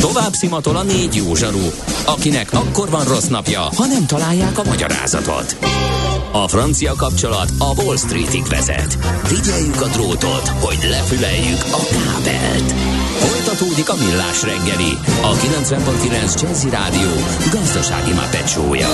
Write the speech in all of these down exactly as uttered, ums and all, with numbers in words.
Tovább szimatol a négy jó zsaru, akinek akkor van rossz napja, ha nem találják a magyarázatot. A francia kapcsolat a Wall Streetig vezet. Figyeljük a drótot, hogy lefüleljük a kábelt. Folytatódik a Millás reggeli, a kilencven pont kilenc Jazzy Rádió gazdasági mápecsója.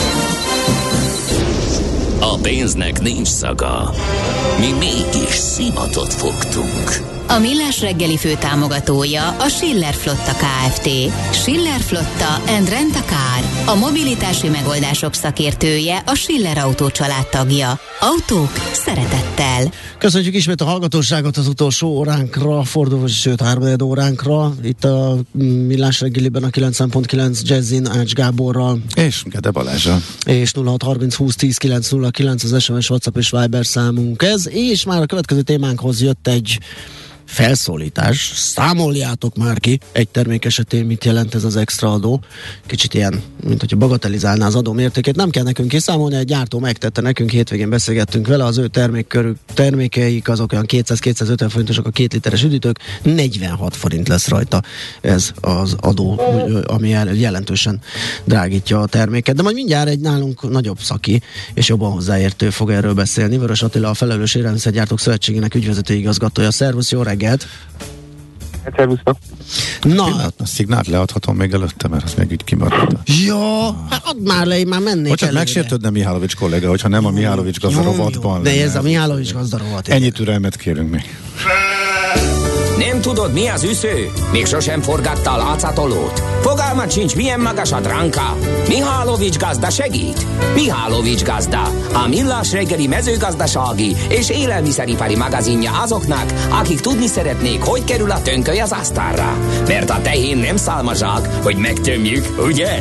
A pénznek nincs szaga. Mi mégis szimatot fogtunk. A Millás reggeli főtámogatója a Schiller Flotta Kft. Schiller Flotta and Rent a Car. A mobilitási megoldások szakértője, a Schiller Autó család tagja. Autók szeretettel. Köszönjük ismét a hallgatóságot az utolsó óránkra, forduló, sőt háromnegyed óránkra. Itt a Millás reggeliben a kilencven pont kilenc Jazzin Ács Gáborral. És Gede Balázsral. És nulla hat harminc húsz tíz kilenc nulla kilenc az es em es, WhatsApp és Viber számunk ez. És már a következő témánkhoz jött egy felszólítás. Számoljátok már ki egy termék esetén, mit jelent ez az extra adó. Kicsit ilyen, mint hogyha bagatelizálná az adó mértékét. Nem kell nekünk kiszámolni, egy gyártó megtette nekünk, hétvégén beszélgettünk vele, az ő termékkörük, termékeik azok olyan kétszáz-kétszázötven forintosak a két literes üdítők, negyvenhat forint lesz rajta ez az adó, ami jelentősen drágítja a terméket. De majd mindjárt egy nálunk nagyobb szaki és jobban hozzáértő fog erről beszélni. Vörös Attila, a Felelős Élelmiszergyártók Szövetségének ügyvezető igazgatója. Szervusz, jó reggelt! Szervusztok! Na, a szignált leadhatom még előtte, mert az még így kimaradt. Ja, hát add már le, én már mennék Bocsánat, előre. megsértődne Mihálovics kolléga, hogyha nem a Mihálovics gazdarovatban de lenne. ez a Mihálovics gazdarovat. Ennyi türelmet kérünk még. Nem tudod, mi az üsző? Még sosem forgatta a látszatolót? Fogalmat sincs, milyen magas a dránka? Mihálovics gazda segít? Mihálovics gazda, a Millás reggeli mezőgazdasági és élelmiszeripari magazinja azoknak, akik tudni szeretnék, hogy kerül a tönköly az asztalra. Mert a tehén nem szálmazsák, hogy megtömjük, ugye?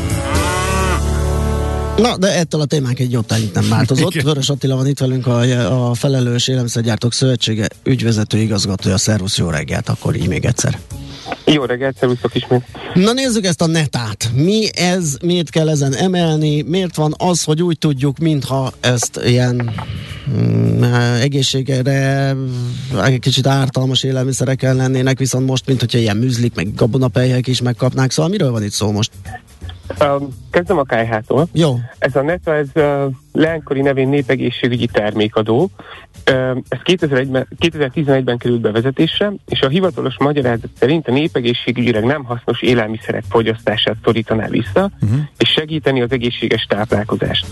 Na, de ettől a témánk egy jobb tányit nem változott. Vörös Attila van itt velünk, a, a Felelős Élelmiszergyártók Szövetsége ügyvezető igazgatója. Szervusz, jó reggelt, akkor így még egyszer. Jó reggelt, szervusztok ismét. Na nézzük ezt a netát. Mi ez, miért kell ezen emelni, miért van az, hogy úgy tudjuk, mintha ezt ilyen mm, egészségre egy kicsit ártalmas élelmiszerekkel lennének, viszont most, mint hogyha ilyen műzlik, meg gabonapelyhek is megkapnák. Szóval miről van itt szó most? Um, kezdem a ká há-tól. Jó. Ez a neta, ez uh, leánykori nevén népegészségügyi termékadó. Uh, ez kétezer-tizenegyben került bevezetésre, és a hivatalos magyarázat szerint a népegészségügyileg nem hasznos élelmiszerek fogyasztását szorítaná vissza, uh-huh. és segíteni az egészséges táplálkozást.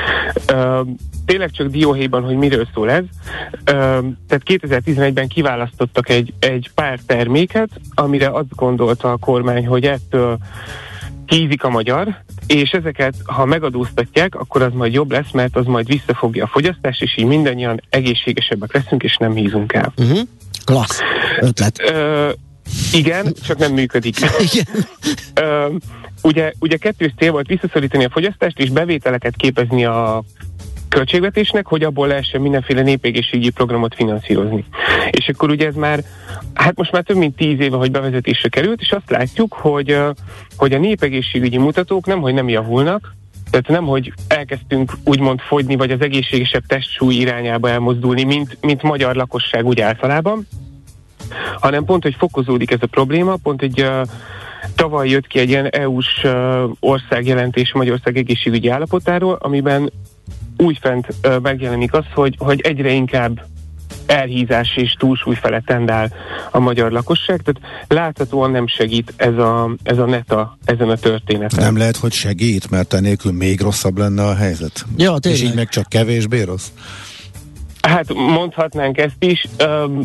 Uh, tényleg csak dióhéjban, hogy miről szól ez. Uh, tehát kétezer-tizenegyben kiválasztottak egy, egy pár terméket, amire azt gondolta a kormány, hogy ettől hízik a magyar, és ezeket, ha megadóztatják, akkor az majd jobb lesz, mert az majd visszafogja a fogyasztást, és így mindannyian egészségesebbek leszünk, és nem hízunk el. Uh-huh. Klassz ötlet. Ö, igen, csak nem működik. Igen. Ö, ugye, ugye kettős cél volt visszaszorítani a fogyasztást, és bevételeket képezni a költségvetésnek, hogy abból lehessen mindenféle népegészségügyi programot finanszírozni. És akkor ugye ez már, hát most már több mint tíz éve, hogy bevezetésre került, és azt látjuk, hogy, hogy a népegészségügyi mutatók nemhogy nem javulnak, tehát nemhogy elkezdtünk úgymond fogyni, vagy az egészségesebb testsúly irányába elmozdulni, mint, mint magyar lakosság úgy általában, hanem pont, hogy fokozódik ez a probléma, pont egy uh, tavaly jött ki egy ilyen é u-s uh, országjelentés Magyarország egészségügyi állapotáról, amiben újfent uh, megjelenik az, hogy, hogy egyre inkább elhízás és túlsúly felett tendál a magyar lakosság, tehát láthatóan nem segít ez a, ez a neta ezen a történeten. Nem lehet, hogy segít, mert enélkül még rosszabb lenne a helyzet. Ja, és így meg csak kevésbé rossz? Hát mondhatnánk ezt is. Um,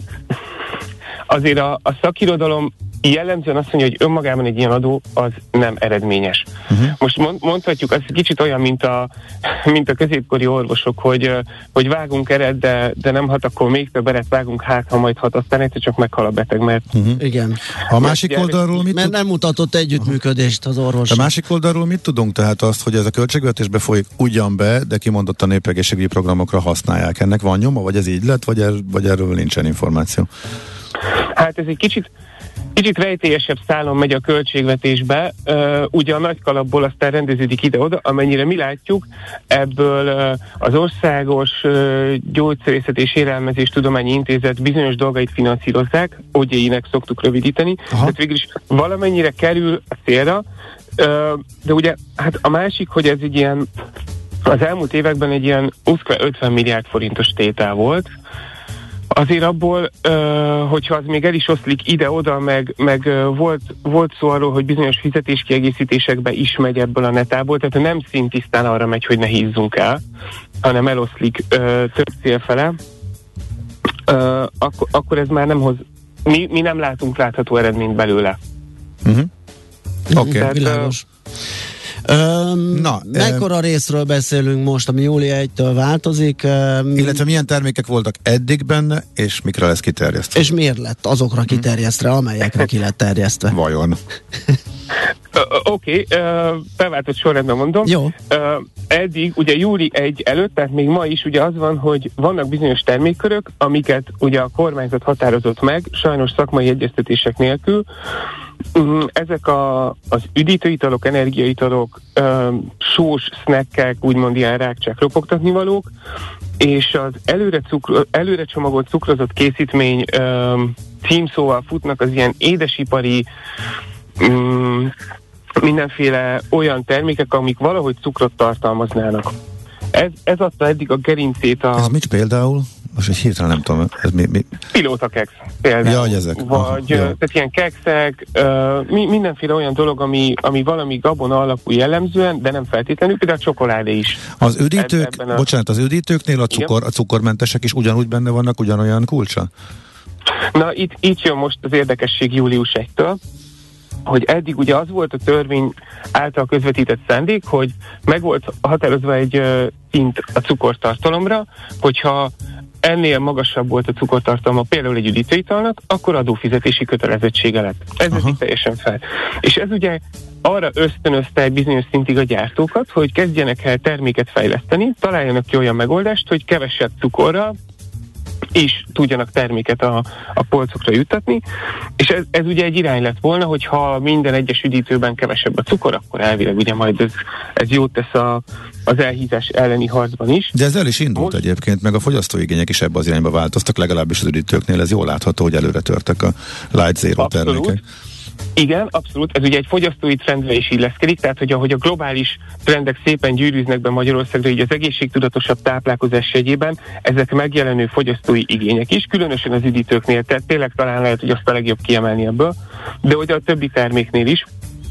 azért a, a szakirodalom jellemzően azt mondja, hogy önmagában egy ilyen adó az nem eredményes. Uh-huh. Most mond, mondhatjuk, az kicsit olyan, mint a, mint a középkori orvosok, hogy, hogy vágunk eret, de, de nem hat, akkor még több eret vágunk, hát ha majd hat, aztán egyszer csak meghal a beteg, mert... Uh-huh. Igen. A másik oldalról mit Mert tud... nem mutatott együttműködést az orvos. A másik oldalról mit tudunk? Tehát azt, hogy ez a költségvetésbe folyik ugyan be, de kimondott a népegészségügyi programokra használják. Ennek van nyoma, vagy ez így lett, vagy, er, vagy erről nincsen információ? Hát ez egy kicsit kicsit rejtélyesebb szálon megy a költségvetésbe, uh, ugye a nagy kalapból aztán rendeződik ide-oda, amennyire mi látjuk, ebből uh, az Országos uh, Gyógyszerészet és Élelmezés Tudományi Intézet bizonyos dolgait finanszírozzák, o gé i-nek szoktuk rövidíteni, Aha. tehát végül is valamennyire kerül a célra, uh, de ugye hát a másik, hogy ez egy ilyen, az elmúlt években egy ilyen ötven milliárd forintos tétel volt. Azért abból, uh, hogyha az még el is oszlik ide-oda, meg, meg uh, volt, volt szó arról, hogy bizonyos fizetéskiegészítésekbe is megy ebből a netából, tehát nem szintisztán arra megy, hogy ne hízzunk el, hanem eloszlik uh, több célfele, uh, akkor, akkor ez már nem hoz, mi, mi nem látunk látható eredményt belőle. Uh-huh. Oké, okay. Világos. Öm, Na, mekkora e... részről beszélünk most, ami július elsejétől változik? Um, illetve milyen termékek voltak eddig benne, és mikre lesz kiterjesztve? És miért lett azokra kiterjesztve, amelyekre ki lett terjesztve? Vajon? Oké, okay, uh, beváltott sorrendben mondom. Jó. Uh, eddig, ugye július elsejé előtt, tehát még ma is ugye az van, hogy vannak bizonyos termékkörök, amiket ugye a kormányzat határozott meg, sajnos szakmai egyeztetések nélkül. Ezek a, az üdítőitalok, energiaitalok, um, sós snackek, úgymond ilyen rákcsák, ropogtatnivalók, és az előre, cukro, előre csomagolt cukrozott készítmény um, címszóval futnak az ilyen édesipari um, mindenféle olyan termékek, amik valahogy cukrot tartalmaznának. Ez, ez adta eddig a gerincét a... Ez mit például? Most egy hirtelen nem tudom, ez mi... mi? Pilótakeksz például. Ja, ezek. Vagy, Aha, tehát ilyen kekszek, uh, mi, mindenféle olyan dolog, ami, ami valami gabona alapú jellemzően, de nem feltétlenül, például a csokoládé is. Az üdítők, a... bocsánat, az üdítőknél a, cukor, a cukormentesek is ugyanúgy benne vannak, ugyanolyan kulcsa? Na, itt, itt jön most az érdekesség július elsejétől, hogy eddig ugye az volt a törvény által közvetített szándék, hogy meg volt határozva egy uh, szint a cukortartalomra, hogyha ennél magasabb volt a cukortartalma például egy üdítőitalnak, akkor adófizetési kötelezettsége lett. Ez veszik teljesen fel. És ez ugye arra ösztönözte egy bizonyos szintig a gyártókat, hogy kezdjenek el terméket fejleszteni, találjanak ki olyan megoldást, hogy kevesebb cukorral is tudjanak terméket a, a polcokra juttatni, és ez, ez ugye egy irány lett volna, hogyha minden egyes üdítőben kevesebb a cukor, akkor elvileg ugye majd ez, ez jót tesz a, az elhízás elleni harcban is. De ez el is indult most egyébként, meg a fogyasztóigények is ebbe az irányba változtak, legalábbis az üdítőknél ez jól látható, hogy előre törtek a Light Zero Abszolút. termékek. Igen, abszolút. Ez ugye egy fogyasztói trendre is illeszkedik, tehát hogy ahogy a globális trendek szépen gyűrűznek be Magyarországra, így az egészségtudatosabb táplálkozás jegyében, ezek megjelenő fogyasztói igények is, különösen az üdítőknél, tehát tényleg talán lehet, hogy azt a legjobb kiemelni ebből, de ugye a többi terméknél is.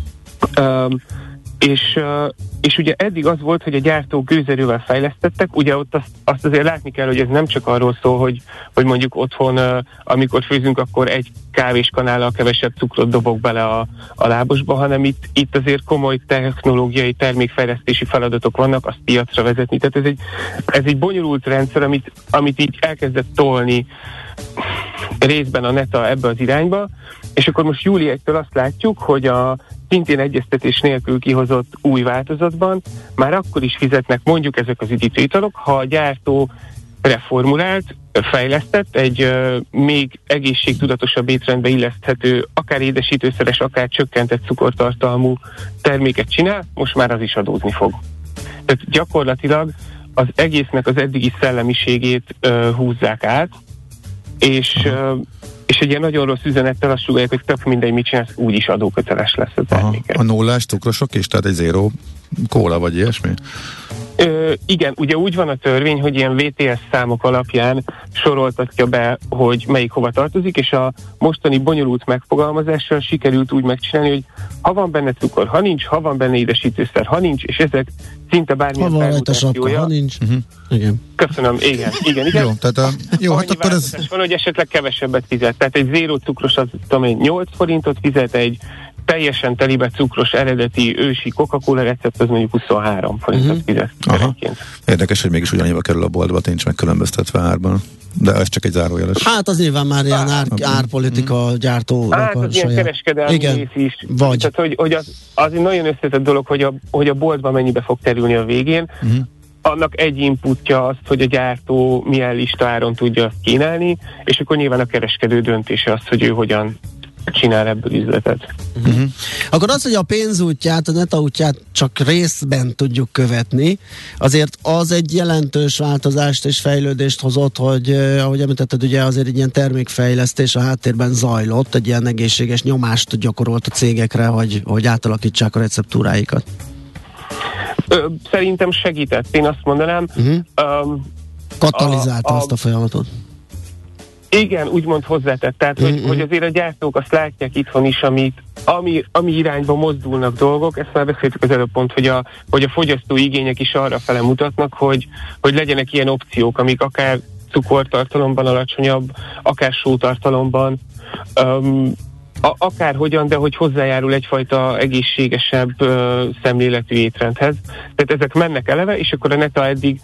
Um, és, uh, és ugye eddig az volt, hogy a gyártók gőzerővel fejlesztettek, ugye ott azt, azt azért látni kell, hogy ez nem csak arról szól, hogy, hogy mondjuk otthon, uh, amikor főzünk, akkor egy kávéskanállal kevesebb cukrot dobok bele a, a lábosba, hanem itt, itt azért komoly technológiai termékfejlesztési feladatok vannak, azt piacra vezetni. Tehát ez egy, ez egy bonyolult rendszer, amit, amit így elkezdett tolni részben a NETA ebbe az irányba, és akkor most július elsejétől azt látjuk, hogy a szintén egyeztetés nélkül kihozott új változatban már akkor is fizetnek mondjuk ezek az üdítőitalok, ha a gyártó reformulált, fejlesztett, egy uh, még egészségtudatosabb étrendbe illeszthető, akár édesítőszeres, akár csökkentett cukortartalmú terméket csinál, most már az is adózni fog. Tehát gyakorlatilag az egésznek az eddigi szellemiségét uh, húzzák át, és uh, és egy ilyen nagyon rossz üzenettel azt sugallják, hogy tök mindegy, mit csinálsz, úgyis adóköteles lesz a terméket. A nullás cukrosok is, tehát egy zéró kóla vagy ilyesmi? Ö, igen, ugye úgy van a törvény, hogy ilyen vé té es számok alapján soroltatja be, hogy melyik hova tartozik, és a mostani bonyolult megfogalmazással sikerült úgy megcsinálni, hogy ha van benne cukor, ha nincs, ha van benne édesítőszer, ha nincs, és ezek szinte bármilyen permutációja. Ha nincs. Uh-huh. Igen. Köszönöm, igen, igen, igen. Jó, tehát a, jó, hát akkor ez... van, hogy esetleg kevesebbet fizet. Tehát egy zéró cukros, az tudom én, nyolc forintot fizet, egy teljesen telibe cukros eredeti ősi Coca-Cola recept, az mondjuk huszonhárom forintot uh-huh. fizet. Érdekes, hogy mégis ugyanannyiba kerül a boltba, nincs megkülönböztetve árban. De ez csak egy zárójeles. Hát az nyilván már ilyen ár, árpolitika mm. gyártó. Hát az ilyen kereskedelmi rész is. Vagy. Tehát, hogy, hogy az, az egy nagyon összetett dolog, hogy a, hogy a boltban mennyibe fog terülni a végén. Mm. Annak egy inputja az, hogy a gyártó milyen listáron tudja azt kínálni, és akkor nyilván a kereskedő döntése az, hogy ő hogyan csinál ebből üzletet. Uh-huh. Akkor az, hogy a pénzútját, a neta útját csak részben tudjuk követni, azért az egy jelentős változást és fejlődést hozott, hogy eh, ahogy említetted, ugye azért egy ilyen termékfejlesztés a háttérben zajlott, egy ilyen egészséges nyomást gyakorolt a cégekre, hogy, hogy átalakítsák a receptúráikat. Ö, szerintem segített, én azt mondanám. Uh-huh. Um, Katalizálta a, a, azt a folyamatot. Igen, úgymond hozzátett. Tehát, Mm-hmm. hogy, hogy azért a gyártók azt látják itthon is, amit, ami, ami irányba mozdulnak dolgok. Ezt már beszéltük az előbb pont, hogy a, hogy a fogyasztói igények is arra fele mutatnak, hogy, hogy legyenek ilyen opciók, amik akár cukortartalomban alacsonyabb, akár sótartalomban, um, a, akárhogyan, de hogy hozzájárul egyfajta egészségesebb uh, szemléletű étrendhez. Tehát ezek mennek eleve, és akkor a neta eddig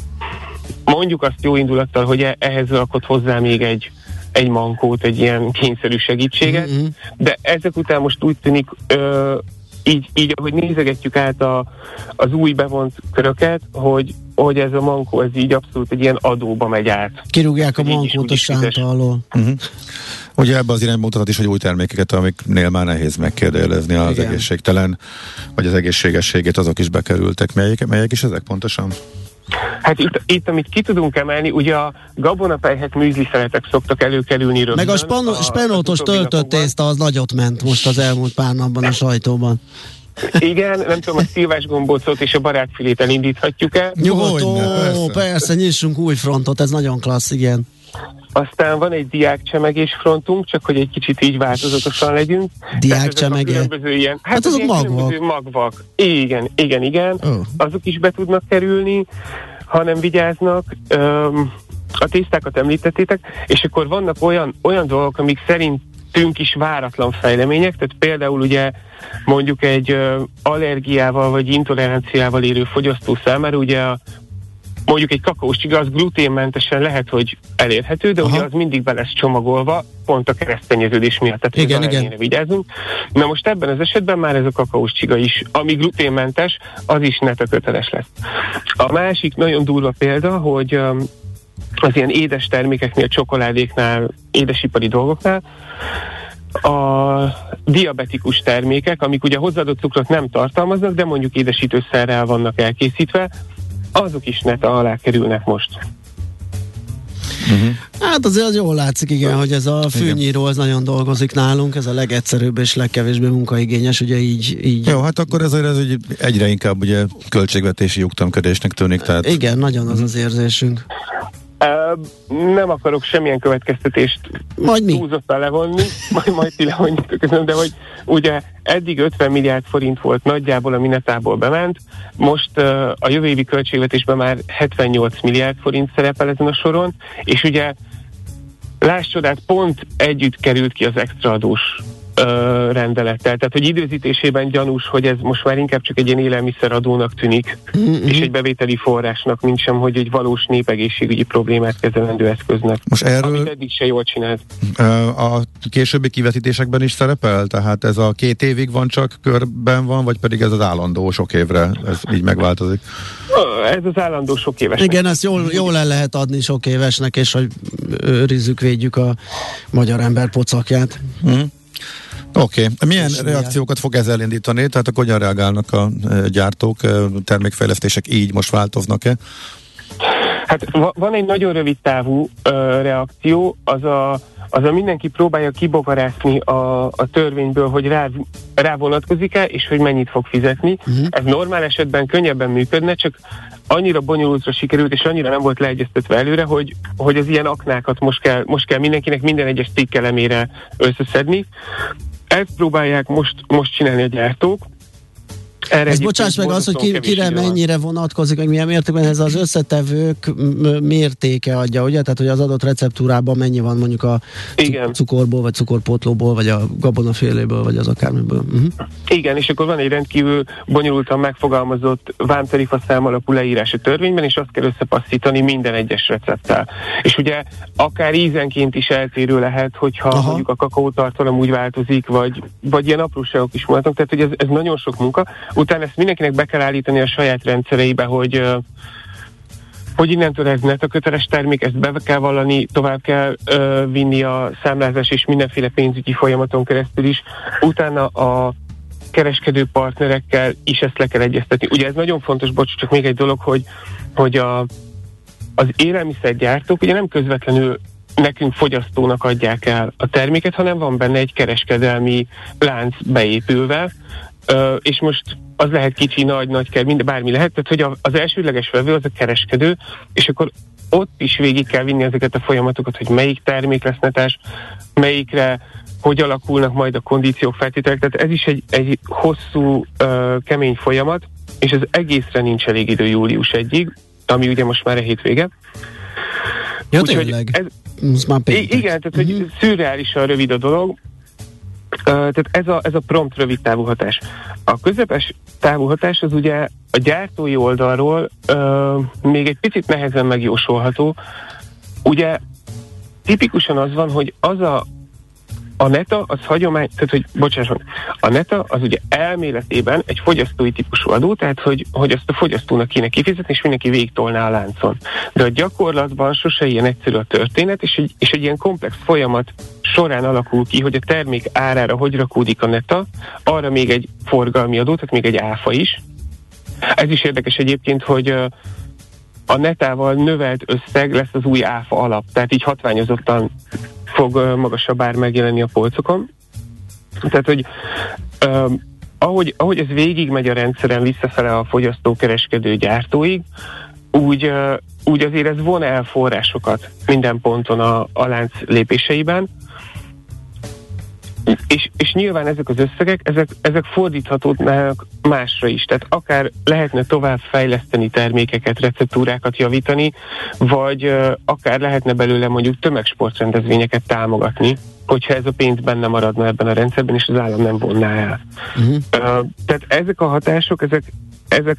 mondjuk azt jó indulattal, hogy ehhez rakott hozzá még egy, egy mankót, egy ilyen kényszerű segítséget, mm-hmm. de ezek után most úgy tűnik, ö, így, így ahogy nézegetjük át a, az új bevont köröket, hogy, hogy ez a mankó, ez így abszolút egy ilyen adóba megy át. Kirúgják a mankót a sánta alól. Uh-huh. Ugye ebbe az irányba mutathat is, hogy új termékeket, amiknél már nehéz megkérdőjelezni az Igen. egészségtelen, vagy az egészségességét, azok is bekerültek. Melyek, melyek is ezek pontosan? Hát itt, itt, amit ki tudunk emelni, ugye a gabonapelyhet műzliszeletek szoktak előkerülni rögtön. Meg a, span- a spenótos töltött tészta az nagyot ment most az elmúlt pár napban a sajtóban. Igen, nem tudom, a szilvás gombócot és a barátfilét elindíthatjuk el. Nyugodtan, persze. persze, nyissunk új frontot, ez nagyon klassz, igen. Aztán van egy diákcsemegés frontunk, csak hogy egy kicsit így változatosan legyünk. Diákcsemege? Ilyen, hát, hát azok magvak. magvak. Igen, igen, igen. Oh. Azok is be tudnak kerülni, ha nem vigyáznak. Um, a tésztákat említettétek, és akkor vannak olyan, olyan dolgok, amik szerintünk is váratlan fejlemények, tehát például ugye mondjuk egy uh, allergiával vagy intoleranciával élő fogyasztó számára ugye a mondjuk egy kakaós csiga, az gluténmentesen lehet, hogy elérhető, de Aha. ugye az mindig be lesz csomagolva, pont a keresztenyeződés miatt. Tehát igen, igen. vigyázzunk. Na most ebben az esetben már ez a kakaós csiga is, ami gluténmentes, az is neta köteles lesz. A másik nagyon durva példa, hogy um, az ilyen édes termékeknél, csokoládéknál, édesipari dolgoknál, a diabetikus termékek, amik ugye hozzáadott cukrot nem tartalmaznak, de mondjuk édesítőszerrel vannak elkészítve, azok is neta alá kerülnek most. Uh-huh. Hát azért az jól látszik, igen, hogy ez a fűnyíró az nagyon dolgozik nálunk, ez a legegyszerűbb és legkevésbé munkaigényes, ugye így... így... Jó, hát akkor ez, ez egyre inkább ugye költségvetési lyuktamködésnek tűnik, tehát... Igen, nagyon az az érzésünk. Uh, nem akarok semmilyen következtetést túlzottan levonni, majd, majd ti levonjátok, de hogy ugye eddig ötven milliárd forint volt nagyjából, ami netából bement, most uh, a jövő évi költségvetésben már hetvennyolc milliárd forint szerepel ezen a soron, és ugye láss csodát, pont együtt került ki az extraadós uh, rendelettel, tehát hogy időzítésében gyanús, hogy ez most már inkább csak egy ilyen élelmiszeradónak tűnik, mm-hmm. és egy bevételi forrásnak, mint sem, hogy egy valós népegészségügyi problémát kezelendő eszköznek. Most erről amit eddig se jól csinált. A későbbi kivetítésekben is szerepel? Tehát ez a két évig van csak körben van, vagy pedig ez az állandó sok évre, ez így megváltozik? Ez az állandó sok éves. Igen, ezt jól, jól el lehet adni sok évesnek, és hogy őrizzük, védjük a magyar ember pocakját. Mm. Oké. Okay. Milyen és reakciókat fog ez elindítani? Tehát akkor hogyan reagálnak a gyártók, termékfejlesztések így most változnak-e? Hát van egy nagyon rövid távú ö, reakció, az a, az a mindenki próbálja kibogarászni a, a törvényből, hogy rá, rá vonatkozik-e, és hogy mennyit fog fizetni. Uh-huh. Ez normál esetben könnyebben működne, csak annyira bonyolultra sikerült, és annyira nem volt leegyeztetve előre, hogy, hogy az ilyen aknákat most kell, most kell mindenkinek minden egyes cikk elemére összeszedni. Ezt próbálják most, most csinálni a gyártók. Ez bocsáss meg az, hogy ki, kire mennyire vonatkozik, meg milyen mértékben ez az összetevők mértéke adja, ugye? Tehát, hogy az adott receptúrában mennyi van mondjuk a Igen. cukorból, vagy cukorpótlóból, vagy a gabonaféléből, vagy az akármiből. Uh-huh. Igen, és akkor van egy rendkívül bonyolultan megfogalmazott vámtarifa szám alapú leírás a törvényben, és azt kell összepasszítani minden egyes recepttel. És ugye akár ízenként is eltérő lehet, hogyha Aha. mondjuk a kakaótartalom úgy változik, vagy, vagy ilyen apróságok is maradnak, tehát hogy ez, ez nagyon sok munka. Utána ezt mindenkinek be kell állítani a saját rendszereibe, hogy, hogy innentől ez net a köteles termék, ezt be kell vallani, tovább kell ö, vinni a számlázás és mindenféle pénzügyi folyamaton keresztül is. Utána a kereskedő partnerekkel is ezt le kell egyeztetni. Ugye ez nagyon fontos, bocs, csak még egy dolog, hogy, hogy a, az élelmiszergyártók ugye nem közvetlenül nekünk fogyasztónak adják el a terméket, hanem van benne egy kereskedelmi lánc beépülve, ö, és most az lehet kicsi, nagy, nagy kell, minden, bármi lehet, tehát hogy az elsődleges vevő az a kereskedő, és akkor ott is végig kell vinni ezeket a folyamatokat, hogy melyik termék lesz netás, melyikre, hogy alakulnak majd a kondíciók, feltételek, tehát ez is egy, egy hosszú, uh, kemény folyamat, és az egészre nincs elég idő július egyig, ami ugye most már a hétvége. Ja, tényleg. Ez, ez már igen, tehát uh-huh. hogy szürreálisan rövid a dolog, Uh, tehát ez a, ez a prompt rövid távú hatás. A közepes távú hatás az ugye a gyártói oldalról uh, még egy picit nehezen megjósolható. Ugye tipikusan az van, hogy az a a neta, az hagyomány, tehát hogy, bocsásson, a neta az ugye elméletében egy fogyasztói típusú adó, tehát hogy, hogy azt a fogyasztónak kéne kifizetni, és mindenki végigtolná a láncon. De a gyakorlatban sose ilyen egyszerű a történet, és egy, és egy ilyen komplex folyamat során alakul ki, hogy a termék árára hogy rakódik a neta, arra még egy forgalmi adó, tehát még egy áfa is. Ez is érdekes egyébként, hogy a netával növelt összeg lesz az új áfa alap, tehát így hatványozottan fog magasabb ár megjelenni a polcokon. Tehát, hogy uh, ahogy, ahogy ez végigmegy a rendszeren visszafele a fogyasztókereskedő gyártóig, úgy, uh, úgy azért ez von el forrásokat minden ponton a, a lánc lépéseiben, és, és nyilván ezek az összegek, ezek, ezek fordíthatódnak másra is. Tehát akár lehetne tovább fejleszteni termékeket, receptúrákat javítani, vagy uh, akár lehetne belőle mondjuk tömegsportrendezvényeket támogatni, hogyha ez a pénz benne maradna ebben a rendszerben, és az állam nem vonná el. Uh-huh. Uh, tehát ezek a hatások, ezek, ezek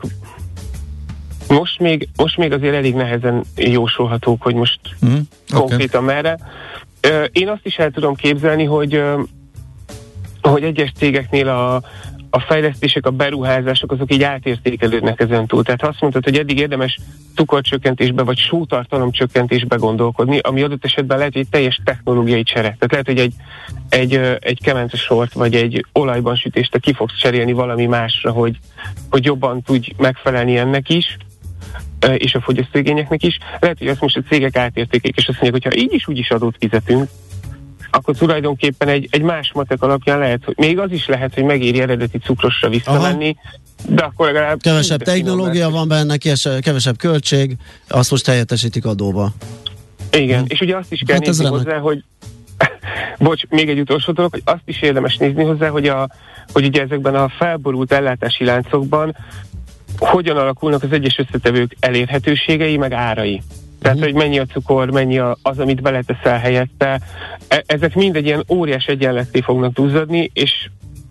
most még, most még azért elég nehezen jósolhatók, hogy most uh-huh. konkrétan okay. merre. Uh, én azt is el tudom képzelni, hogy uh, hogy egyes cégeknél a, a fejlesztések, a beruházások, azok így átértékelődnek ezen túl. Tehát ha azt mondtad, hogy eddig érdemes cukorcsökkentésbe vagy sótartalom csökkentésbe gondolkodni, ami adott esetben lehet, hogy egy teljes technológiai csere. Tehát lehet, hogy egy, egy, egy kemencesort vagy egy olajban sütést ki fogsz cserélni valami másra, hogy, hogy jobban tudj megfelelni ennek is, és a fogyasztóigényeknek is. Lehet, hogy azt most a cégek átértékelik, és azt mondják, hogy ha így is úgy is adót fizetünk, akkor tulajdonképpen egy, egy más matek alapján lehet, hogy még az is lehet, hogy megéri eredeti cukrosra visszamenni, aha. de akkor legalább... Kevesebb technológia van benne, kevesebb költség, azt most helyettesítik adóba. Igen, hm. és ugye azt is kell hát nézni hozzá, hogy bocs, még egy utolsó dolog, hogy azt is érdemes nézni hozzá, hogy, a, hogy ugye ezekben a felborult ellátási láncokban hogyan alakulnak az egyes összetevők elérhetőségei, meg árai. Tehát, uh-huh. hogy mennyi a cukor, mennyi a, az, amit beleteszel helyette. E- ezek mind egy ilyen óriás egyenletté fognak duzzadni, és,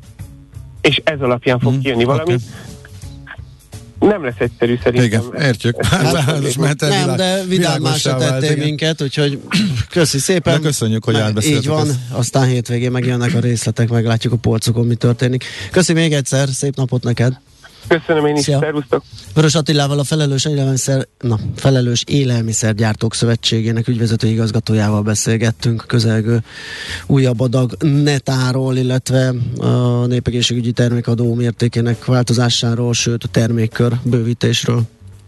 és ez alapján fog uh-huh. kijönni valami. Okay. Nem lesz egyszerű szerintem. Igen, értjük. Hát, nem, de vidámásra tettél minket, úgyhogy köszi szépen. De köszönjük, hogy átbeszéltük. Így van, ezt. Aztán hétvégén megjönnek a részletek, meglátjuk a polcokon, mi történik. Köszi még egyszer, szép napot neked. Köszönöm én is, szervusztok! Vörös Attilával, a felelős élelmiszer, na, felelős élelmiszergyártók szövetségének ügyvezető igazgatójával beszélgettünk közelgő újabb adag netáról, illetve a népegészségügyi termékadó mértékének változásáról, sőt a termékkör bővítésről.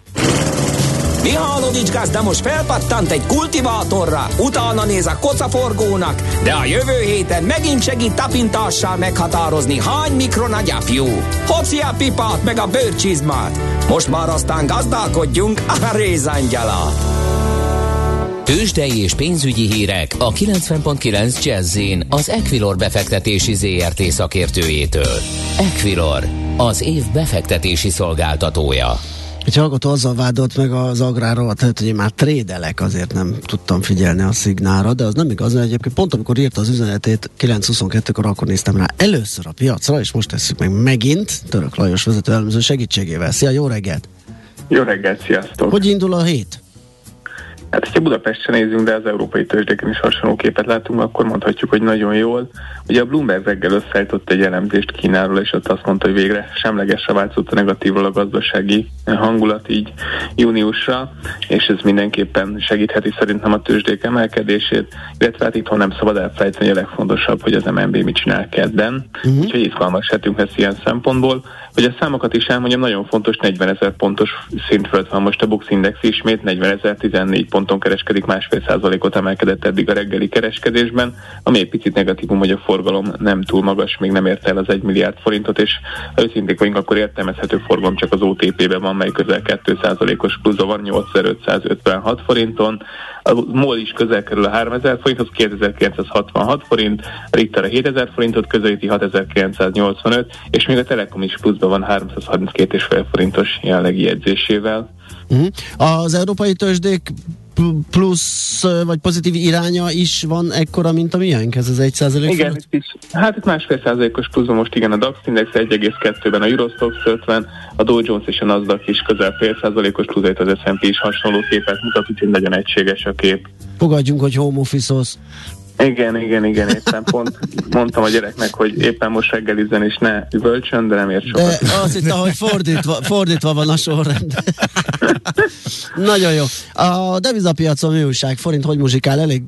Mihálovics gazda most felpattant egy kultivátorra, utána néz a kocaforgónak, de a jövő héten megint segít tapintással meghatározni, hány mikron a gyapjú. Hoci a pipát meg a bőrcsizmát. Most már aztán gazdálkodjunk a rézangyala. Tőzsdei és pénzügyi hírek a kilencven pont kilenc Jazz-in az Equilor befektetési zé er té szakértőjétől. Equilor, az év befektetési szolgáltatója. Egy hallgató azzal vádolt meg az agrárról, tehát, hogy én már trédelek, azért nem tudtam figyelni a szignálra, de az nem igaz, mert egyébként pont amikor írta az üzenetét kilenc huszonkettőkor, akkor néztem rá először a piacra, és most tesszük meg megint Török Lajos vezető elemző segítségével. Szia, jó reggelt! Jó reggelt, sziasztok! Hogy indul a hét? Hát, hogyha Budapesten nézzünk, de az európai tőzsdéken is hasonló képet látunk, akkor mondhatjuk, hogy nagyon jól. Ugye a Bloomberg reggel összeállított egy elemzést Kínáról, és ott azt mondta, hogy végre semlegesre változott a negatívról a gazdasági hangulat így júniusra, és ez mindenképpen segítheti szerintem a tőzsdék emelkedését, illetve hát itthon nem szabad elfelejteni, hogy a legfontosabb, hogy az em en bé mit csinál kedden. Uh-huh. Úgyhogy izgalmas hetünk lesz ilyen szempontból. Hogy a számokat is elmondjam, nagyon fontos, negyvenezer pontos szint fölött van most a Bux Index ismét, negyvenezer-tizennégy ponton kereskedik, másfél százalékot emelkedett eddig a reggeli kereskedésben, ami egy picit negatívum, hogy a forgalom nem túl magas, még nem ért el az egy milliárd forintot, és ha őszinték vagyunk, akkor értelmezhető forgalom csak az o té pében van, mely közel két százalékos pluszban van, nyolcezer-ötszázötvenhat forinton, a MOL is közel kerül a háromezer forinthoz, kétezer-kilencszázhatvanhat forint, a Richter a hétezer forintot közelíti, hatezer-kilencszáznyolcvanöt, és még a Telekom is pluszban van háromszázharminckét egész öt forintos jelenlegi jegyzésével. Uh-huh. Az európai tőzsdék plusz vagy pozitív iránya is van ekkora, mint a miénk, ez az egy százalék? Igen, itt is. Hát itt másfél százalékos pluszban most igen, a DAX Index egy egész kettőben, a Eurostoxx ötven, a Dow Jones és a Nasdaq is közel fél százalékos pluszait, az es and pé is hasonló képet mutat, úgyhogy nagyon egységes a kép. Fogadjunk, hogy home office-oz. Igen, igen, igen, éppen pont mondtam a gyereknek, hogy éppen most reggelizzen és ne üvölcsön, de nem ért sokat. De azt hittem, hogy fordítva, fordítva van a sorrend. Nagyon jó. A devizapiacon mi újság? Forint hogy muzsikál? Elég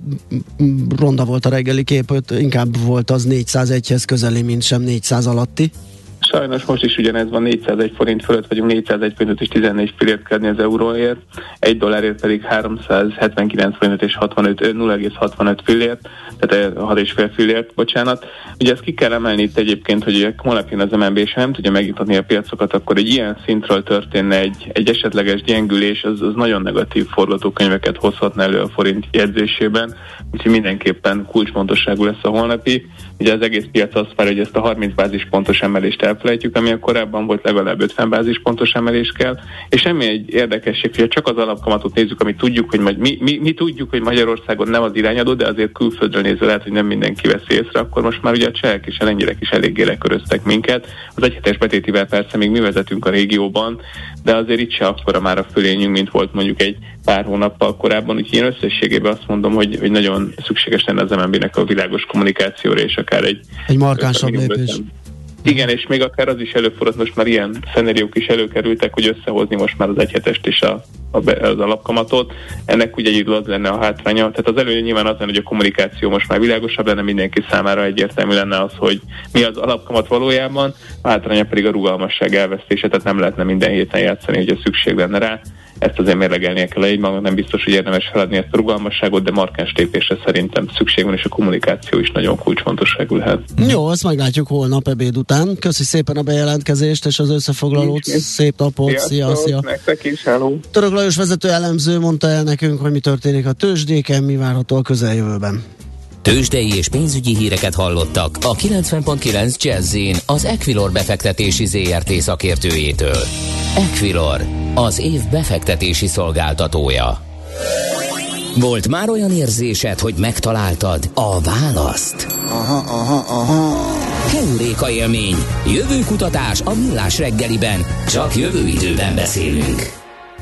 ronda volt a reggeli kép, inkább volt az négyszázegyhez közeli, mint sem négyszáz alatti. Sajnos most is ugyanez van, négyszázegy forint fölött vagyunk, négyszázegy forintot és tizennégy fillért kell adni az euróért, egy dollárért pedig háromszázhetvenkilenc forintot és nulla egész hatvanöt fillért, tehát hat egész öt fillért, bocsánat. Ugye ezt ki kell emelni itt egyébként, hogy holnap jön az em en bé, és nem tudja megjutatni a piacokat, akkor egy ilyen szintről történne egy, egy esetleges gyengülés, az, az nagyon negatív forgatókönyveket hozhatna elő a forint jegyzésében, úgyhogy mindenképpen kulcsfontosságú lesz a holnapi. Ugye az egész piac azt várja, hogy ezt a harminc bázispontos emelést elfelejtjük, ami a korábban volt, legalább ötven bázispontos emelés kell, és semmi egy érdekesség, hogy csak az alapkamatot nézzük, amit tudjuk, hogy majd, mi, mi, mi tudjuk, hogy Magyarországon nem az irányadó, de azért külföldről nézve lehet, hogy nem mindenki veszi észre, akkor most már ugye a csehek és a lengyelek is eléggé leköröztek minket. Az egyhetes betétivel persze még mi vezetünk a régióban, de azért itt se akkora már a fölényünk, mint volt mondjuk egy pár hónappal korábban, úgyhogy én összességében azt mondom, hogy, hogy nagyon szükséges lenne az em en bé-nek a világos kommunikációra, és akár egy... Egy markánsabb lépés. Igen, és még akár az is előfordult, most már ilyen szenáriók is előkerültek, hogy összehozni most már az egyhetest és a, a, az alapkamatot. Ennek ugye egyedül az lenne a hátránya. Tehát az előnye nyilván az lenne, hogy a kommunikáció most már világosabb lenne, mindenki számára egyértelmű lenne az, hogy mi az alapkamat valójában, a hátránya pedig a rugalmasság elvesztése, tehát nem lehetne minden héten játszani, hogy a szükség lenne rá. Ezt azért mérlegelnie kell egy magnak, nem biztos, hogy érdemes feladni ezt a rugalmasságot, de markáns lépésre szerintem szükség van, és a kommunikáció is nagyon kulcsfontosságú lehet. Jó, azt meglátjuk holnap ebéd után. Köszi szépen a bejelentkezést és az összefoglalót. Szép napot, szia, szia. Nektek is, hello. Török Lajos vezető elemző mondta el nekünk, hogy mi történik a tőzsdéken, mi várható a közeljövőben. Tőzsdei és pénzügyi híreket hallottak a kilencven pont kilenc Jazz-in az Equilor befektetési zé er té szakértőjétől. Equilor, az év befektetési szolgáltatója. Volt már olyan érzésed, hogy megtaláltad a választ? Aha, aha, aha. Heuréka élmény, jövőkutatás a Millás reggeliben, csak jövő időben beszélünk.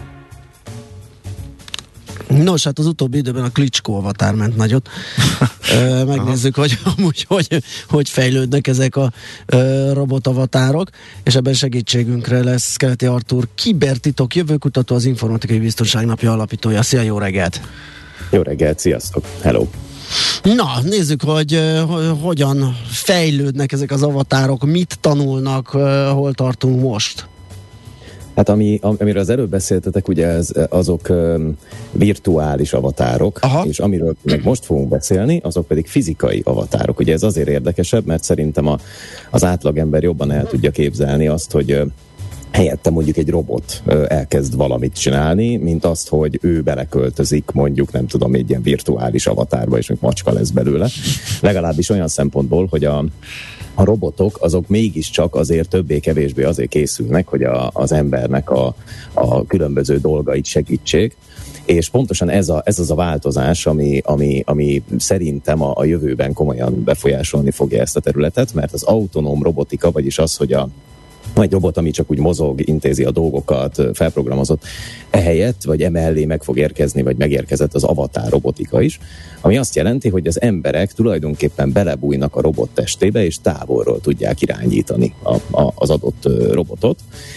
Nos, hát az utóbbi időben a Klitschko avatár ment nagyot. Ö, megnézzük, hogy amúgy hogy, hogy fejlődnek ezek a ö, robotavatárok, és ebben segítségünkre lesz Keleti Artúr, kibertitok jövőkutató, az Informatikai Biztonság Napja alapítója. Szia, jó reggelt! Jó reggelt, sziasztok! Hello! Na, nézzük, hogy uh, hogyan fejlődnek ezek az avatárok, mit tanulnak, uh, hol tartunk most. Hát ami, amiről az előbb beszéltetek, ugye ez, azok um, virtuális avatárok, aha, és amiről meg most fogunk beszélni, azok pedig fizikai avatárok. Ugye ez azért érdekesebb, mert szerintem a, az átlagember jobban el tudja képzelni azt, hogy uh, helyette mondjuk egy robot uh, elkezd valamit csinálni, mint azt, hogy ő beleköltözik mondjuk, nem tudom, egy ilyen virtuális avatárba, és még macska lesz belőle. Legalábbis olyan szempontból, hogy a A robotok azok mégiscsak azért többé-kevésbé azért készülnek, hogy a, az embernek a, a különböző dolgait segítsék, és pontosan ez, a, ez az a változás, ami, ami, ami szerintem a, a jövőben komolyan befolyásolni fogja ezt a területet, mert az autonóm robotika, vagyis az, hogy a vagy robot, ami csak úgy mozog, intézi a dolgokat, felprogramozott. Ehelyett, vagy emellé meg fog érkezni, vagy megérkezett az avatar robotika is, ami azt jelenti, hogy az emberek tulajdonképpen belebújnak a robot testébe, és távolról tudják irányítani a, a, az adott robotot.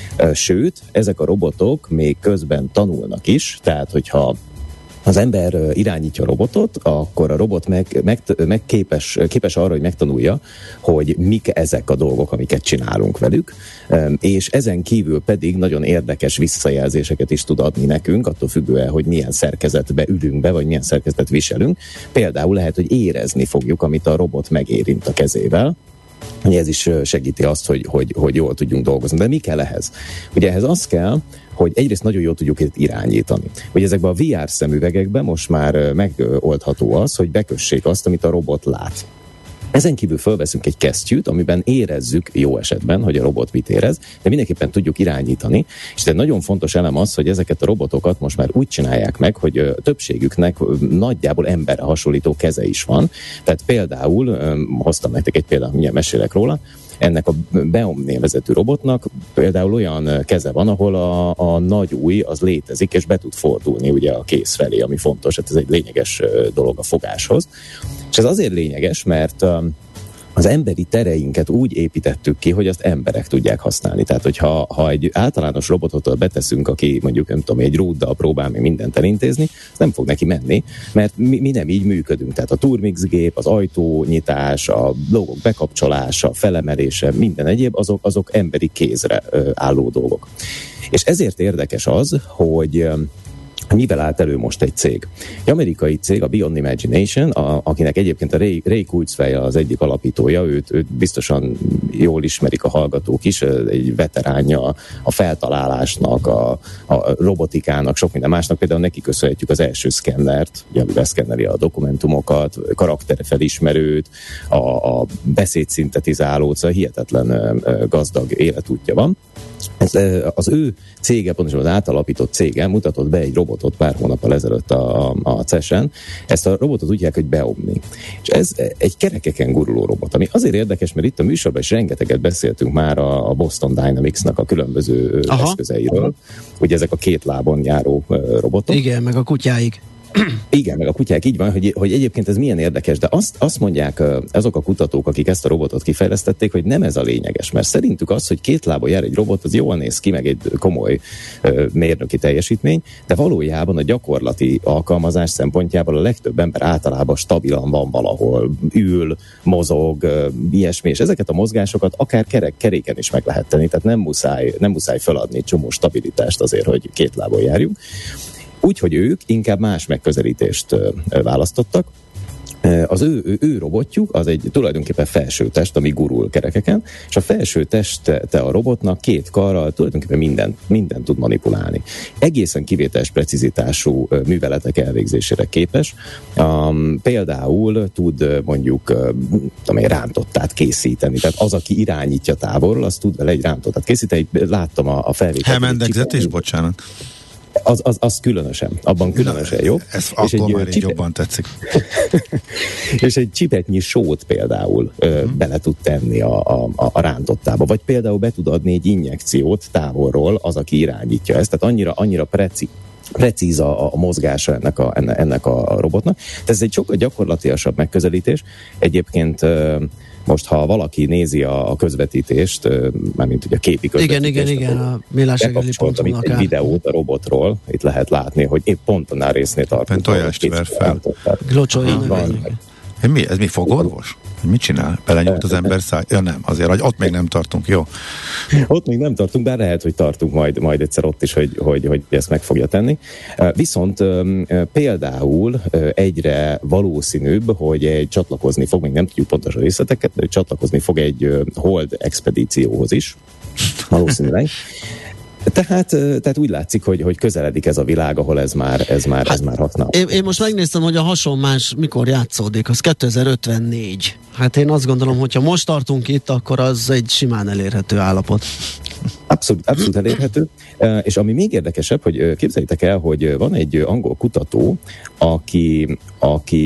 Sőt, ezek a robotok még közben tanulnak is, tehát hogyha az ember irányítja a robotot, akkor a robot meg, meg, meg képes, képes arra, hogy megtanulja, hogy mik ezek a dolgok, amiket csinálunk velük, és ezen kívül pedig nagyon érdekes visszajelzéseket is tud adni nekünk, attól függően, hogy milyen szerkezetbe ülünk be, vagy milyen szerkezetet viselünk. Például lehet, hogy érezni fogjuk, amit a robot megérint a kezével. Ez is segíti azt, hogy, hogy, hogy jól tudjunk dolgozni. De mi kell ehhez? Ugye ehhez az kell, hogy egyrészt nagyon jól tudjuk itt irányítani. Hogy ezekben a vé er szemüvegekben most már megoldható az, hogy bekössék azt, amit a robot lát. Ezen kívül fölveszünk egy kesztyűt, amiben érezzük jó esetben, hogy a robot mit érez, de mindenképpen tudjuk irányítani. És egy nagyon fontos elem az, hogy ezeket a robotokat most már úgy csinálják meg, hogy többségüknek nagyjából emberre hasonlító keze is van. Tehát például, hoztam nektek egy példát, mindjárt mesélek róla, ennek a Beom nevezetű robotnak például olyan keze van, ahol a, a nagy ujj az létezik, és be tud fordulni ugye a kéz felé, ami fontos, hát ez egy lényeges dolog a fogáshoz. És ez azért lényeges, mert az emberi tereinket úgy építettük ki, hogy azt emberek tudják használni. Tehát, hogyha ha egy általános robotot beteszünk, aki mondjuk, nem tudom, egy rúddal próbál még mindent elintézni, nem fog neki menni, mert mi, mi nem így működünk. Tehát a turmix gép, az ajtónyitás, a logok bekapcsolása, felemelése, minden egyéb, azok, azok emberi kézre ö, álló dolgok. És ezért érdekes az, hogy mivel állt elő most egy cég? Egy amerikai cég, a Beyond Imagination, a, akinek egyébként a Ray, Ray Kurzweil az egyik alapítója, őt, őt biztosan jól ismerik a hallgatók is, egy veteránja a feltalálásnak, a, a robotikának, sok minden másnak, például neki köszönhetjük az első szkennert, ugye, amivel szkenneli a dokumentumokat, karakterfelismerőt, a, a beszédszintetizálót, szóval hihetetlen gazdag életútja van. Ez, az ő cége, pontosan az átalapított cége mutatott be egy robotot pár hónappal ezelőtt a, a, a cé e es-en. Ezt a robotot úgy hívják, hogy Beomni. És ez egy kerekeken guruló robot, ami azért érdekes, mert itt a műsorban is rengeteget beszéltünk már a, a Boston Dynamics-nak a különböző Aha. eszközeiről. Ugye ezek a két lábon járó robotok. Igen, meg a kutyáig. Igen, meg a kutyák, így van, hogy, hogy egyébként ez milyen érdekes, de azt, azt mondják azok a kutatók, akik ezt a robotot kifejlesztették, hogy nem ez a lényeges, mert szerintük az, hogy két lábon jár egy robot, az jól néz ki, meg egy komoly uh, mérnöki teljesítmény, de valójában a gyakorlati alkalmazás szempontjából a legtöbb ember általában stabilan van valahol, ül, mozog, uh, ilyesmi, és ezeket a mozgásokat akár kerek, keréken is meg lehet tenni, tehát nem muszáj, nem muszáj feladni csomó stabilitást azért, hogy két lábon járjunk. Úgyhogy ők inkább más megközelítést ö, ö, választottak. Az ő, ő, ő robotjuk az egy tulajdonképpen felső test, ami gurul kerekeken, és a felső teste a robotnak két karral tulajdonképpen mindent, mindent tud manipulálni. Egészen kivételes precizitású műveletek elvégzésére képes. Um, például tud mondjuk um, rántottát készíteni. Tehát az, aki irányítja távolról, az tud vele egy rántottát készíteni. Láttam a, a felvételt. Hemendegzetés, bocsánat. Az, az, az különösen, abban különösen jobb. Ez és akkor már így jobban tetszik. És egy csipetnyi sót például uh-huh. ö, bele tud tenni a, a, a rántottába, vagy például be tud adni egy injekciót távolról az, aki irányítja ezt, tehát annyira, annyira preci, precíz a, a mozgása ennek a, ennek a robotnak. Tehát ez egy sokkal gyakorlatilasabb megközelítés. Egyébként ö, most, ha valaki nézi a, a közvetítést, mármint ugye a képi közvetítést, igen, igen, igen, a bekapcsoltam itt egy videót a robotról, itt lehet látni, hogy épp pont annál résznél tartunk. Tojást ver fel. Glocsoljon. Mi, ez mi fogorvos? Mit csinál? Belenyújt az ember száj? Ja nem, azért, ott még nem tartunk, jó? Ott még nem tartunk, bár lehet, hogy tartunk majd, majd egyszer ott is, hogy, hogy, hogy ezt meg fogja tenni. Viszont például egyre valószínűbb, hogy egy csatlakozni fog, még nem tudjuk pontosan részleteket, de hogy csatlakozni fog egy hold expedícióhoz is, valószínűleg. Tehát, tehát úgy látszik, hogy, hogy közeledik ez a világ, ahol ez már, ez már, hát, ez már használ. Én, én most megnéztem, hogy a hasonlás mikor játszódik, az kétezer-ötvennégy. Hát én azt gondolom, hogyha most tartunk itt, akkor az egy simán elérhető állapot. Abszolút, abszolút elérhető. És ami még érdekesebb, hogy képzeljétek el, hogy van egy angol kutató, aki, aki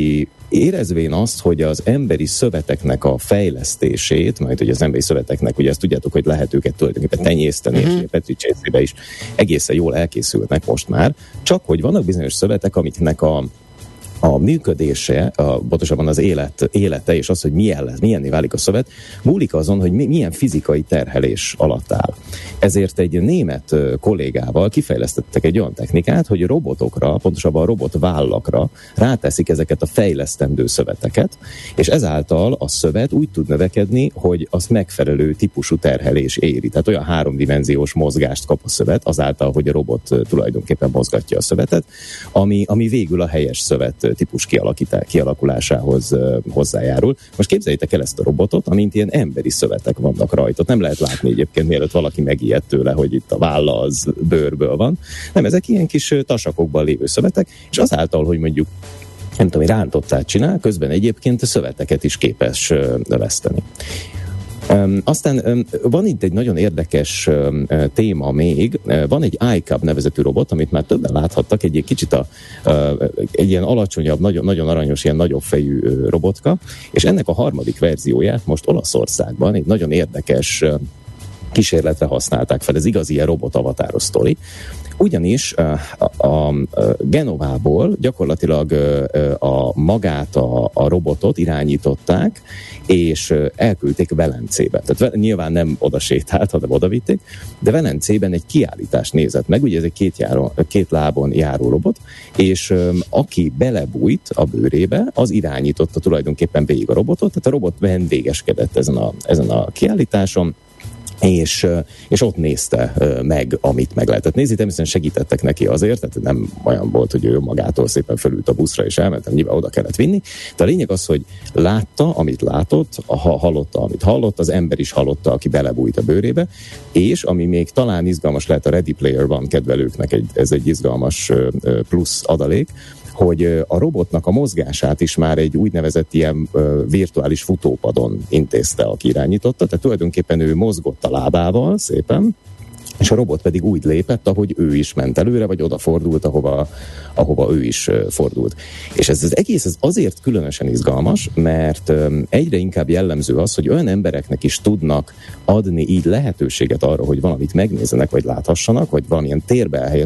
érezvén azt, hogy az emberi szöveteknek a fejlesztését, majd hogy az emberi szöveteknek, ugye ezt tudjátok, hogy lehet őket tulajdonképpen tenyészteni, uh-huh. és a Petri csészébe is egészen jól elkészülnek most már, csak hogy vannak bizonyos szövetek, amiknek a a működése, a, pontosabban az élet, élete, és az, hogy milyen lesz, milyenné válik a szövet, múlik azon, hogy mi, milyen fizikai terhelés alatt áll. Ezért egy német kollégával kifejlesztettek egy olyan technikát, hogy robotokra, pontosabban a robotvállakra ráteszik ezeket a fejlesztendő szöveteket, és ezáltal a szövet úgy tud növekedni, hogy az megfelelő típusú terhelés éri. Tehát olyan háromdimenziós mozgást kap a szövet, azáltal, hogy a robot tulajdonképpen mozgatja a szövetet, ami, ami végül a helyes szövet típus kialakulásához uh, hozzájárul. Most képzeljétek el ezt a robotot, amint ilyen emberi szövetek vannak rajta. Nem lehet látni egyébként, mielőtt valaki megijed tőle, hogy itt a válla az bőrből van. Nem, ezek ilyen kis tasakokban lévő szövetek, és azáltal, hogy mondjuk nem tudom, rántottát csinál, közben egyébként a szöveteket is képes uh, növeszteni. Um, aztán um, van itt egy nagyon érdekes um, téma még, uh, van egy iCub nevezetű robot, amit már többen láthattak, egy, egy kicsit a, uh, egy ilyen alacsonyabb, nagyon, nagyon aranyos, ilyen nagyobb fejű uh, robotka, és ennek a harmadik verzióját most Olaszországban egy nagyon érdekes uh, kísérletre használták fel, ez igazi ilyen robotavatáros sztori. Ugyanis a, a, a Genovából gyakorlatilag a magát, a, a robotot irányították, és elküldték Velencébe. Tehát nyilván nem oda sétált, hanem oda vitték, de Velencében egy kiállítást nézett meg, ugye ez egy két, járó, két lábon járó robot, és um, aki belebújt a bőrébe, az irányította tulajdonképpen végig a robotot, tehát a robot vendégeskedett ezen a, ezen a kiállításon, És, és ott nézte meg, amit meg lehetett nézni. Természetesen segítettek neki azért, tehát nem olyan volt, hogy ő magától szépen fölült a buszra és elment, nyilván oda kellett vinni. De a lényeg az, hogy látta, amit látott, ha hallotta, amit hallott, az ember is hallotta, aki belebújt a bőrébe, és ami még talán izgalmas lehet a Ready Player One kedvelőknek, egy, ez egy izgalmas plusz adalék, hogy a robotnak a mozgását is már egy úgynevezett ilyen uh, virtuális futópadon intézte, aki irányította, tehát tulajdonképpen ő mozgott a lábával szépen, és a robot pedig úgy lépett, ahogy ő is ment előre, vagy odafordult, ahova, ahova ő is uh, fordult. És ez az egész ez azért különösen izgalmas, mert um, egyre inkább jellemző az, hogy olyan embereknek is tudnak adni így lehetőséget arra, hogy valamit megnézzenek, vagy láthassanak, vagy valamilyen térbe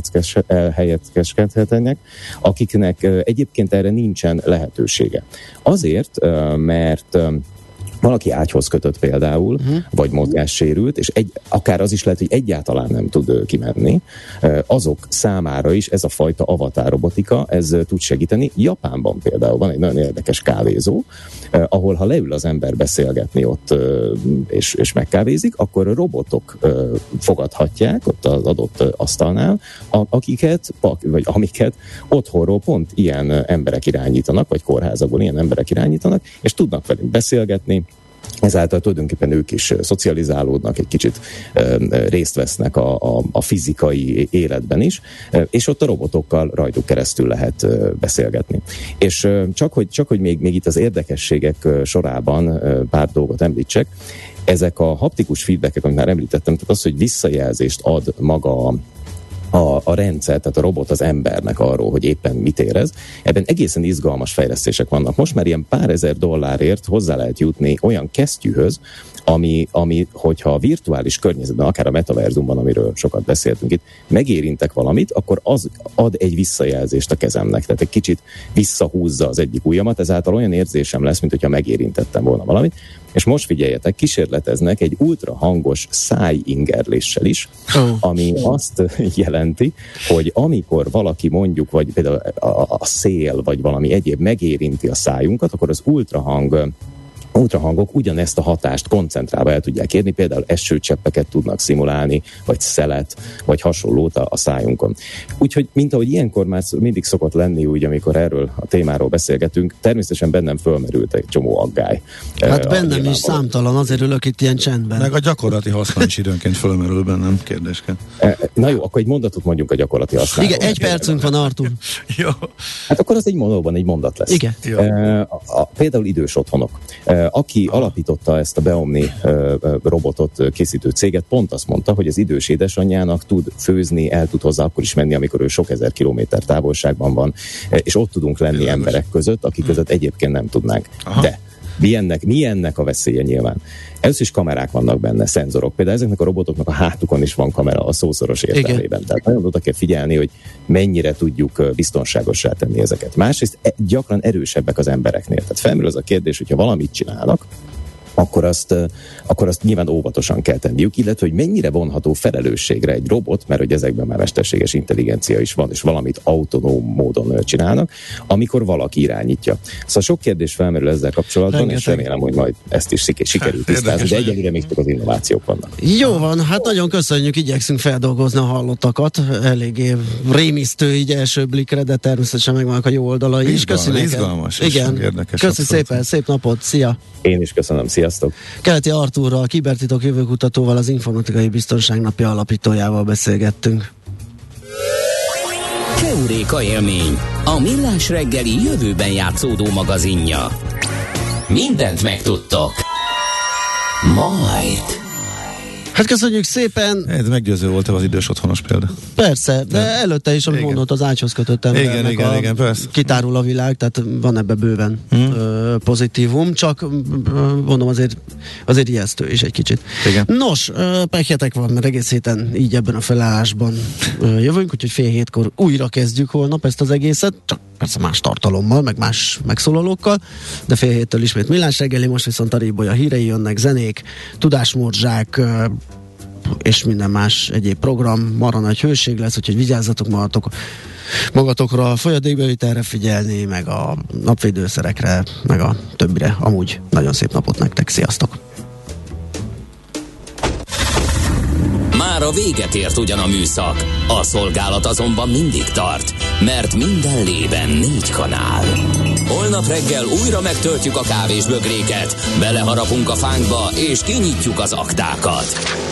elhelyezkedhetnek, akiknek uh, egyébként erre nincsen lehetősége. Azért, uh, mert um, valaki ágyhoz kötött például, uh-huh. vagy mozgássérült, és egy, akár az is lehet, hogy egyáltalán nem tud kimenni, azok számára is ez a fajta avatar robotika, ez tud segíteni. Japánban például van egy nagyon érdekes kávézó, ahol ha leül az ember beszélgetni ott, és, és megkávézik, akkor robotok fogadhatják ott az adott asztalnál, akiket, vagy amiket otthonról pont ilyen emberek irányítanak, vagy kórházakból ilyen emberek irányítanak, és tudnak velünk beszélgetni. Ezáltal tulajdonképpen ők is szocializálódnak, egy kicsit ö, részt vesznek a, a, a fizikai életben is, és ott a robotokkal rajtuk keresztül lehet ö, beszélgetni. És ö, csak hogy, csak hogy még, még itt az érdekességek ö, sorában ö, pár dolgot említsek, ezek a haptikus feedbackek, amit már említettem, tehát az, hogy visszajelzést ad maga a A, a rendszer, tehát a robot az embernek arról, hogy éppen mit érez. Ebben egészen izgalmas fejlesztések vannak. Most már ilyen pár ezer dollárért hozzá lehet jutni olyan kesztyűhöz, ami, ami hogyha a virtuális környezetben, akár a metaverzumban, amiről sokat beszéltünk itt, megérintek valamit, akkor az ad egy visszajelzést a kezemnek. Tehát egy kicsit visszahúzza az egyik ujjamat, ezáltal olyan érzésem lesz, mint hogyha megérintettem volna valamit. És most figyeljetek, kísérleteznek egy ultrahangos szájingerléssel is, oh. ami azt jelenti, hogy amikor valaki mondjuk, vagy például a, a szél, vagy valami egyéb megérinti a szájunkat, akkor az ultrahang ultrahangok ugyanezt a hatást koncentrálva el tudják érni, például esőcseppeket tudnak szimulálni, vagy szelet, vagy hasonlót a, a szájunkon. Úgyhogy, mint ahogy ilyenkor már mindig szokott lenni, úgy, amikor erről a témáról beszélgetünk, természetesen bennem fölmerült egy csomó aggály. Hát bennem is számtalan, azért ülök itt ilyen csendben. Meg a gyakorlati haszna is időnként fölmerül bennem, kérdésként. Na jó, akkor egy mondatot mondjunk a gyakorlati hasznáról. Igen, egy percünk van, Artur. Jó. Hát akkor az egy monóban egy mondat lesz. Igen. A, a, például idős otthonok. Aki alapította ezt a Beomni robotot készítő céget, pont azt mondta, hogy az idős édesanyjának tud főzni, el tud hozzá akkor is menni, amikor ő sok ezer kilométer távolságban van, és ott tudunk lenni Jövős. emberek között, akik között egyébként nem tudnánk. Aha. De mi ennek, mi ennek a veszélye nyilván? Először is kamerák vannak benne, szenzorok. Például ezeknek a robotoknak a hátukon is van kamera a szószoros értelmében. Igen. Tehát nagyon oda kell figyelni, hogy mennyire tudjuk biztonságossá tenni ezeket. Másrészt gyakran erősebbek az embereknél. Tehát felmerül az a kérdés, hogyha valamit csinálnak, akkor azt, akkor azt nyilván óvatosan kell tenniük, illetve hogy mennyire vonható felelősségre egy robot, mert hogy ezekben már mesterséges intelligencia is van, és valamit autonóm módon csinálnak, amikor valaki irányítja. Szóval sok kérdés felmerül ezzel kapcsolatban, Rengeteg. és remélem, hogy majd ezt is sikerül tisztázni, de egyelőre még csak az innovációk vannak. Jó van, hát nagyon köszönjük, igyekszünk feldolgozni a hallottakat, eléggé rémisztő így első blikre, de természetesen megvannak a jó oldalai is. Köszönjük. Izgalmas, igen, köszönjük szépen, szép napot, szia! Én is köszönöm, sziasztok! Keleti Artúrral, a kibertitok jövőkutatóval, az Informatikai Biztonság Napja alapítójával beszélgettünk. Keuréka élmény, a millás reggeli jövőben játszódó magazinja. Mindent megtudtok. Majd. Hát köszönjük szépen! Ez meggyőző volt az idős otthonos példa. Persze, de, de előtte is, amit igen. mondott, az ágyhoz kötött embernek igen, igen, igen, persze. kitárul a világ, tehát van ebbe bőven hmm. ö, pozitívum, csak ö, mondom azért, azért ijesztő is egy kicsit. Igen. Nos, ö, pekjetek van, mert egész héten így ebben a felállásban ö, jövünk, úgyhogy fél hétkor újra kezdjük holnap ezt az egészet, csak persze más tartalommal, meg más megszólalókkal, de fél héttől ismét millás reggeli, most viszont a Ribolya hírei jönnek, zenék, tudásmorzsák, ö, és minden más egyéb program, marha nagy hőség lesz, úgyhogy vigyázzatok magatok, magatokra, a folyadékbevitelre figyelni, meg a napvédőszerekre, meg a többire. Amúgy nagyon szép napot nektek, sziasztok! Már a véget ért ugyan a műszak, a szolgálat azonban mindig tart, mert minden lében négy kanál. Holnap reggel újra megtöltjük a kávésbögréket, beleharapunk a fánkba és kinyitjuk az aktákat.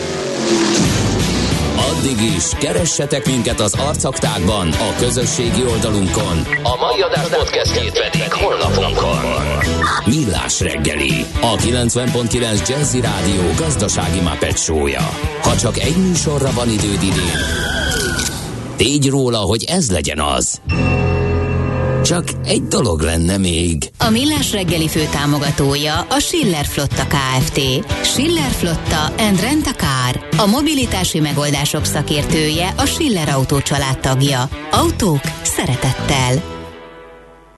Addig is keressetek minket az arcaktákban, a közösségi oldalunkon. A mai adás podcastjét pedig honlapunkon. Millás reggeli, a kilencven pont kilenc Jazzy Rádió gazdasági Muppet show-ja. Ha csak egy műsorra van időd idén, tégy róla, hogy ez legyen az. Csak egy dolog lenne még. A Millás reggeli főtámogatója a Schiller Flotta Kft. Schiller Flotta and Rent a Car. A mobilitási megoldások szakértője, a Schiller Autó család tagja. Autók szeretettel.